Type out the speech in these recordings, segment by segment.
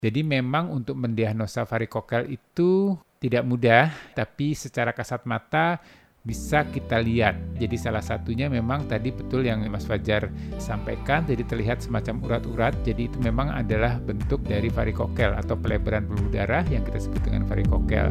Jadi memang untuk mendiagnosa varikokel itu tidak mudah, tapi secara kasat mata bisa kita lihat. Jadi salah satunya memang tadi betul yang Mas Fajar sampaikan, jadi terlihat semacam urat-urat, jadi itu memang adalah bentuk dari varikokel atau pelebaran pembuluh darah yang kita sebut dengan varikokel.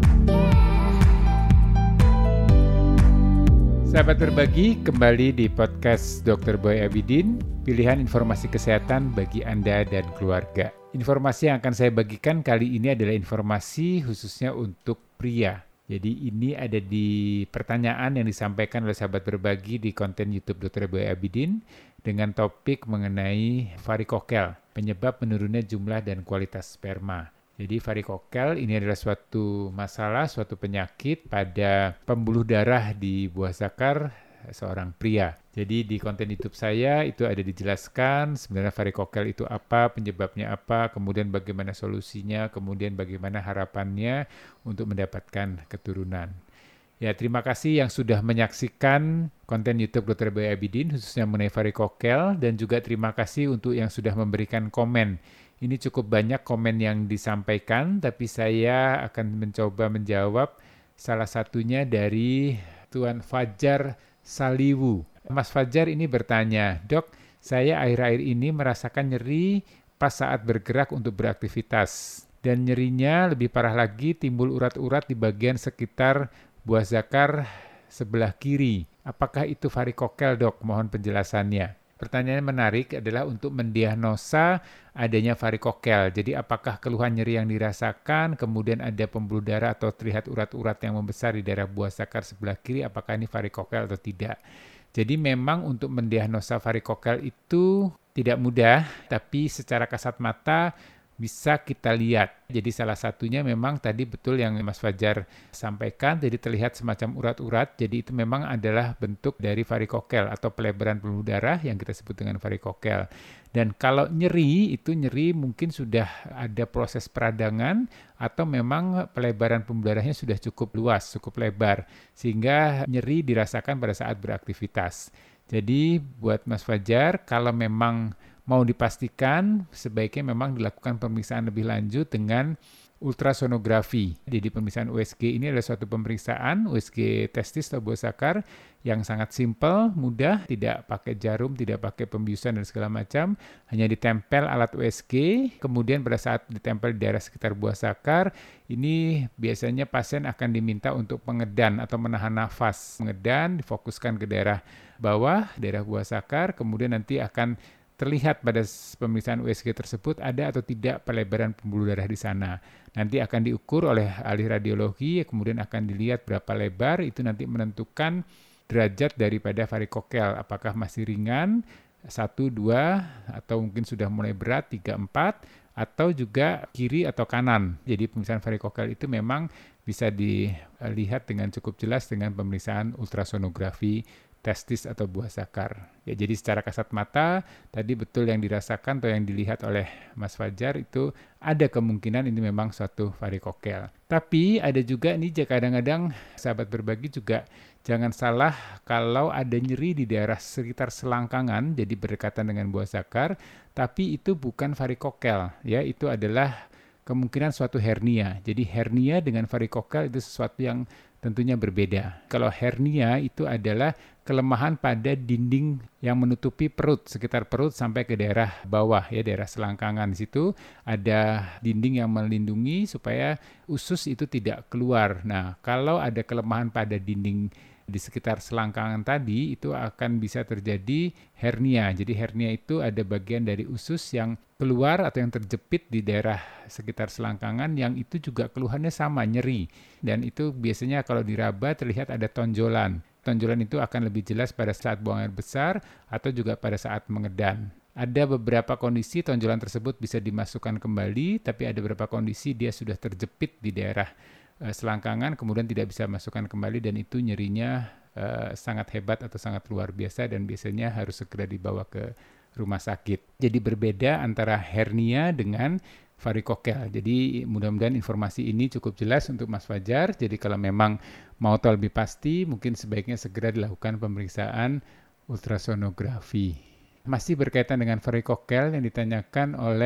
Sahabat berbagi, kembali di podcast Dr. Boy Abidin, pilihan informasi kesehatan bagi Anda dan keluarga. Informasi yang akan saya bagikan kali ini adalah informasi khususnya untuk pria. Jadi ini ada di pertanyaan yang disampaikan oleh sahabat berbagi di konten YouTube Dr. Boy Abidin dengan topik mengenai varikokel, penyebab menurunnya jumlah dan kualitas sperma. Jadi varikokel ini adalah suatu masalah, suatu penyakit pada pembuluh darah di buah zakar seorang pria. Jadi di konten YouTube saya itu ada dijelaskan sebenarnya varikokel itu apa, penyebabnya apa, kemudian bagaimana solusinya, kemudian bagaimana harapannya untuk mendapatkan keturunan. Ya, terima kasih yang sudah menyaksikan konten YouTube Dr. Boy Abidin khususnya mengenai varikokel, dan juga terima kasih untuk yang sudah memberikan komen. Ini cukup banyak komen yang disampaikan, tapi saya akan mencoba menjawab salah satunya dari Tuan Fajar Saliwu. Mas Fajar ini bertanya, "Dok, saya akhir-akhir ini merasakan nyeri pas saat bergerak untuk beraktivitas. Dan nyerinya lebih parah lagi, timbul urat-urat di bagian sekitar buah zakar sebelah kiri. Apakah itu varikokel, Dok? Mohon penjelasannya." Pertanyaan menarik adalah untuk mendiagnosa adanya varikokel. Jadi apakah keluhan nyeri yang dirasakan, kemudian ada pembuluh darah atau terlihat urat-urat yang membesar di daerah buah zakar sebelah kiri, apakah ini varikokel atau tidak. Jadi memang untuk mendiagnosa varikokel itu tidak mudah, tapi secara kasat mata bisa kita lihat. Jadi salah satunya memang tadi betul yang Mas Fajar sampaikan, jadi terlihat semacam urat-urat, jadi itu memang adalah bentuk dari varikokel atau pelebaran pembuluh darah yang kita sebut dengan varikokel. Dan kalau nyeri, itu nyeri mungkin sudah ada proses peradangan atau memang pelebaran pembuluh darahnya sudah cukup luas, cukup lebar, sehingga nyeri dirasakan pada saat beraktivitas. Jadi buat Mas Fajar, kalau memang mau dipastikan, sebaiknya memang dilakukan pemeriksaan lebih lanjut dengan ultrasonografi. Jadi pemeriksaan USG ini adalah suatu pemeriksaan USG testis atau buah zakar yang sangat simpel, mudah, tidak pakai jarum, tidak pakai pembiusan dan segala macam, hanya ditempel alat USG, kemudian pada saat ditempel di daerah sekitar buah zakar, ini biasanya pasien akan diminta untuk pengedan atau menahan nafas. Pengedan difokuskan ke daerah bawah, daerah buah zakar, kemudian nanti akan terlihat pada pemeriksaan USG tersebut ada atau tidak pelebaran pembuluh darah di sana. Nanti akan diukur oleh ahli radiologi, kemudian akan dilihat berapa lebar, itu nanti menentukan derajat daripada varikokel. Apakah masih ringan, 1, 2, atau mungkin sudah mulai berat, 3, 4, atau juga kiri atau kanan. Jadi pemeriksaan varikokel itu memang bisa dilihat dengan cukup jelas dengan pemeriksaan ultrasonografi testis atau buah zakar. Ya, jadi secara kasat mata, tadi betul yang dirasakan atau yang dilihat oleh Mas Fajar itu ada kemungkinan ini memang suatu varikokel. Tapi ada juga nih kadang-kadang sahabat berbagi juga jangan salah kalau ada nyeri di daerah sekitar selangkangan, jadi berdekatan dengan buah zakar, tapi itu bukan varikokel, ya itu adalah kemungkinan suatu hernia. Jadi hernia dengan varikokel itu sesuatu yang tentunya berbeda. Kalau hernia itu adalah kelemahan pada dinding yang menutupi perut, sekitar perut sampai ke daerah bawah, ya daerah selangkangan. Di situ ada dinding yang melindungi supaya usus itu tidak keluar. Nah, kalau ada kelemahan pada dinding di sekitar selangkangan tadi, itu akan bisa terjadi hernia. Jadi hernia itu ada bagian dari usus yang keluar atau yang terjepit di daerah sekitar selangkangan yang itu juga keluhannya sama, nyeri. Dan itu biasanya kalau diraba terlihat ada tonjolan. Tonjolan itu akan lebih jelas pada saat buang air besar atau juga pada saat mengedan. Ada beberapa kondisi tonjolan tersebut bisa dimasukkan kembali, tapi ada beberapa kondisi dia sudah terjepit di daerah selangkangan, kemudian tidak bisa masukkan kembali dan itu nyerinya sangat hebat atau sangat luar biasa dan biasanya harus segera dibawa ke rumah sakit. Jadi berbeda antara hernia dengan varikokel. Jadi mudah-mudahan informasi ini cukup jelas untuk Mas Fajar. Jadi kalau memang mau tahu lebih pasti, mungkin sebaiknya segera dilakukan pemeriksaan ultrasonografi. Masih berkaitan dengan varikokel yang ditanyakan oleh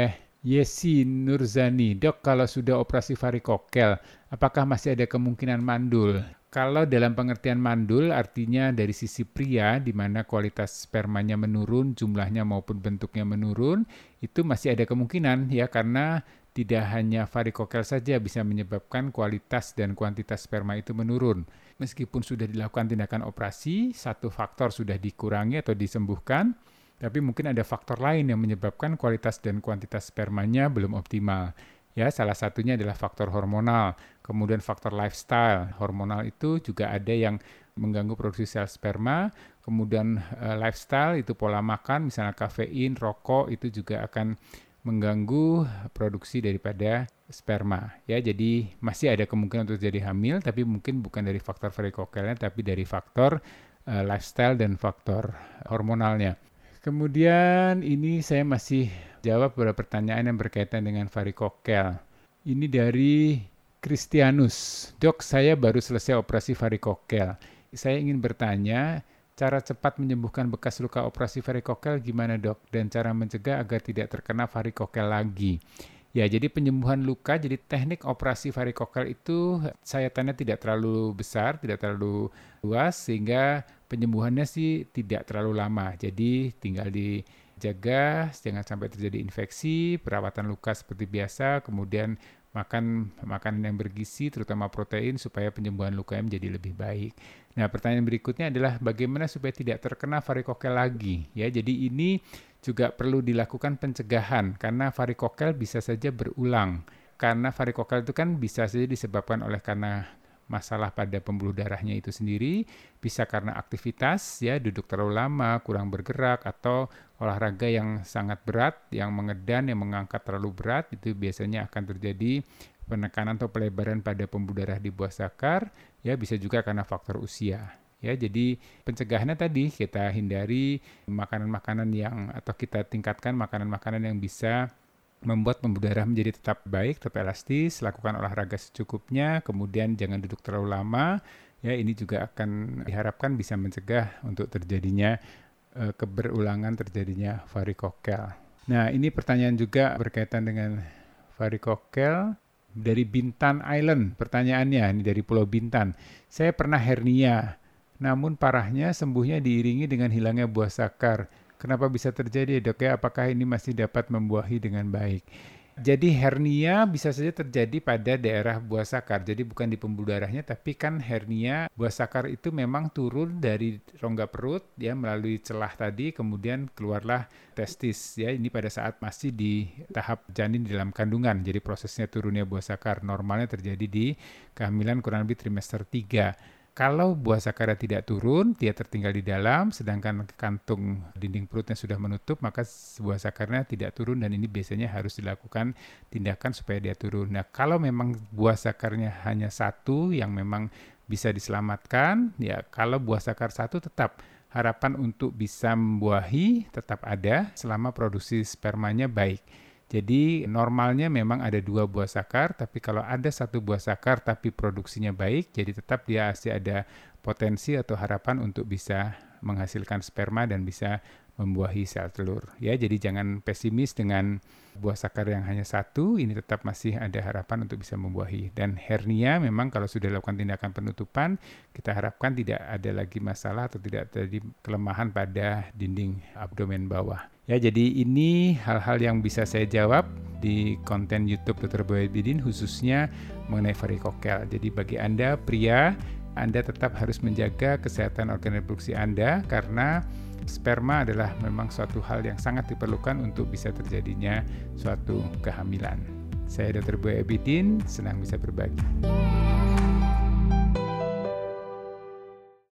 Yesi Nurzani, Dok, kalau sudah operasi varikokel, apakah masih ada kemungkinan mandul? Kalau dalam pengertian mandul artinya dari sisi pria di mana kualitas spermanya menurun, jumlahnya maupun bentuknya menurun, itu masih ada kemungkinan ya karena tidak hanya varikokel saja bisa menyebabkan kualitas dan kuantitas sperma itu menurun. Meskipun sudah dilakukan tindakan operasi, satu faktor sudah dikurangi atau disembuhkan, tapi mungkin ada faktor lain yang menyebabkan kualitas dan kuantitas spermanya belum optimal. Ya, salah satunya adalah faktor hormonal, kemudian faktor lifestyle. Hormonal itu juga ada yang mengganggu produksi sel sperma, kemudian lifestyle itu pola makan, misalnya kafein, rokok itu juga akan mengganggu produksi daripada sperma. Ya, jadi masih ada kemungkinan untuk jadi hamil, tapi mungkin bukan dari faktor varikokelnya, tapi dari faktor lifestyle dan faktor hormonalnya. Kemudian ini saya masih jawab beberapa pertanyaan yang berkaitan dengan varikokel. Ini dari Kristianus. Dok, saya baru selesai operasi varikokel. Saya ingin bertanya, cara cepat menyembuhkan bekas luka operasi varikokel gimana, Dok? Dan cara mencegah agar tidak terkena varikokel lagi. Ya, jadi penyembuhan luka, jadi teknik operasi varikokel itu sayatannya tidak terlalu besar, tidak terlalu luas, sehingga penyembuhannya sih tidak terlalu lama. Jadi tinggal dijaga, jangan sampai terjadi infeksi, perawatan luka seperti biasa, kemudian makan makanan yang bergizi, terutama protein, supaya penyembuhan lukanya menjadi lebih baik. Nah, pertanyaan berikutnya adalah bagaimana supaya tidak terkena varikokel lagi? Ya, jadi ini juga perlu dilakukan pencegahan karena varikokel bisa saja berulang. Karena varikokel itu kan bisa saja disebabkan oleh karena masalah pada pembuluh darahnya itu sendiri, bisa karena aktivitas, ya duduk terlalu lama, kurang bergerak, atau olahraga yang sangat berat, yang mengedan, yang mengangkat terlalu berat, itu biasanya akan terjadi penekanan atau pelebaran pada pembuluh darah di buah sakar, ya bisa juga karena faktor usia. Ya, jadi pencegahannya tadi kita hindari makanan-makanan yang atau kita tingkatkan makanan-makanan yang bisa membuat pembuluh darah menjadi tetap baik, tetap elastis, lakukan olahraga secukupnya, kemudian jangan duduk terlalu lama. Ya, ini juga akan diharapkan bisa mencegah untuk terjadinya keberulangan terjadinya varikokel. Nah, ini pertanyaan juga berkaitan dengan varikokel dari Bintan Island. Pertanyaannya ini dari Pulau Bintan. Saya pernah hernia. Namun parahnya sembuhnya diiringi dengan hilangnya buah sakar. Kenapa bisa terjadi, Dok? Ya, apakah ini masih dapat membuahi dengan baik? Jadi hernia bisa saja terjadi pada daerah buah sakar. Jadi bukan di pembuluh darahnya, tapi kan hernia buah sakar itu memang turun dari rongga perut ya melalui celah tadi, kemudian keluarlah testis. Ya, ini pada saat masih di tahap janin di dalam kandungan. Jadi prosesnya turunnya buah sakar normalnya terjadi di kehamilan kurang lebih trimester 3. Kalau buah sakarnya tidak turun, dia tertinggal di dalam, sedangkan kantung dinding perutnya sudah menutup, maka buah sakarnya tidak turun dan ini biasanya harus dilakukan tindakan supaya dia turun. Nah, kalau memang buah sakarnya hanya satu yang memang bisa diselamatkan, ya kalau buah sakar satu tetap harapan untuk bisa membuahi tetap ada selama produksi spermanya baik. Jadi normalnya memang ada 2 buah sakar, tapi kalau ada 1 buah sakar tapi produksinya baik, jadi tetap dia masih ada potensi atau harapan untuk bisa menghasilkan sperma dan bisa membuahi sel telur. Ya, jadi jangan pesimis dengan buah sakar yang hanya 1, ini tetap masih ada harapan untuk bisa membuahi. Dan hernia memang kalau sudah dilakukan tindakan penutupan, kita harapkan tidak ada lagi masalah atau tidak terjadi kelemahan pada dinding abdomen bawah. Ya, jadi ini hal-hal yang bisa saya jawab di konten YouTube Dr. Boy Abidin khususnya mengenai varikokel. Jadi bagi Anda pria, Anda tetap harus menjaga kesehatan organ reproduksi Anda karena sperma adalah memang suatu hal yang sangat diperlukan untuk bisa terjadinya suatu kehamilan. Saya Dr. Boy Abidin, senang bisa berbagi.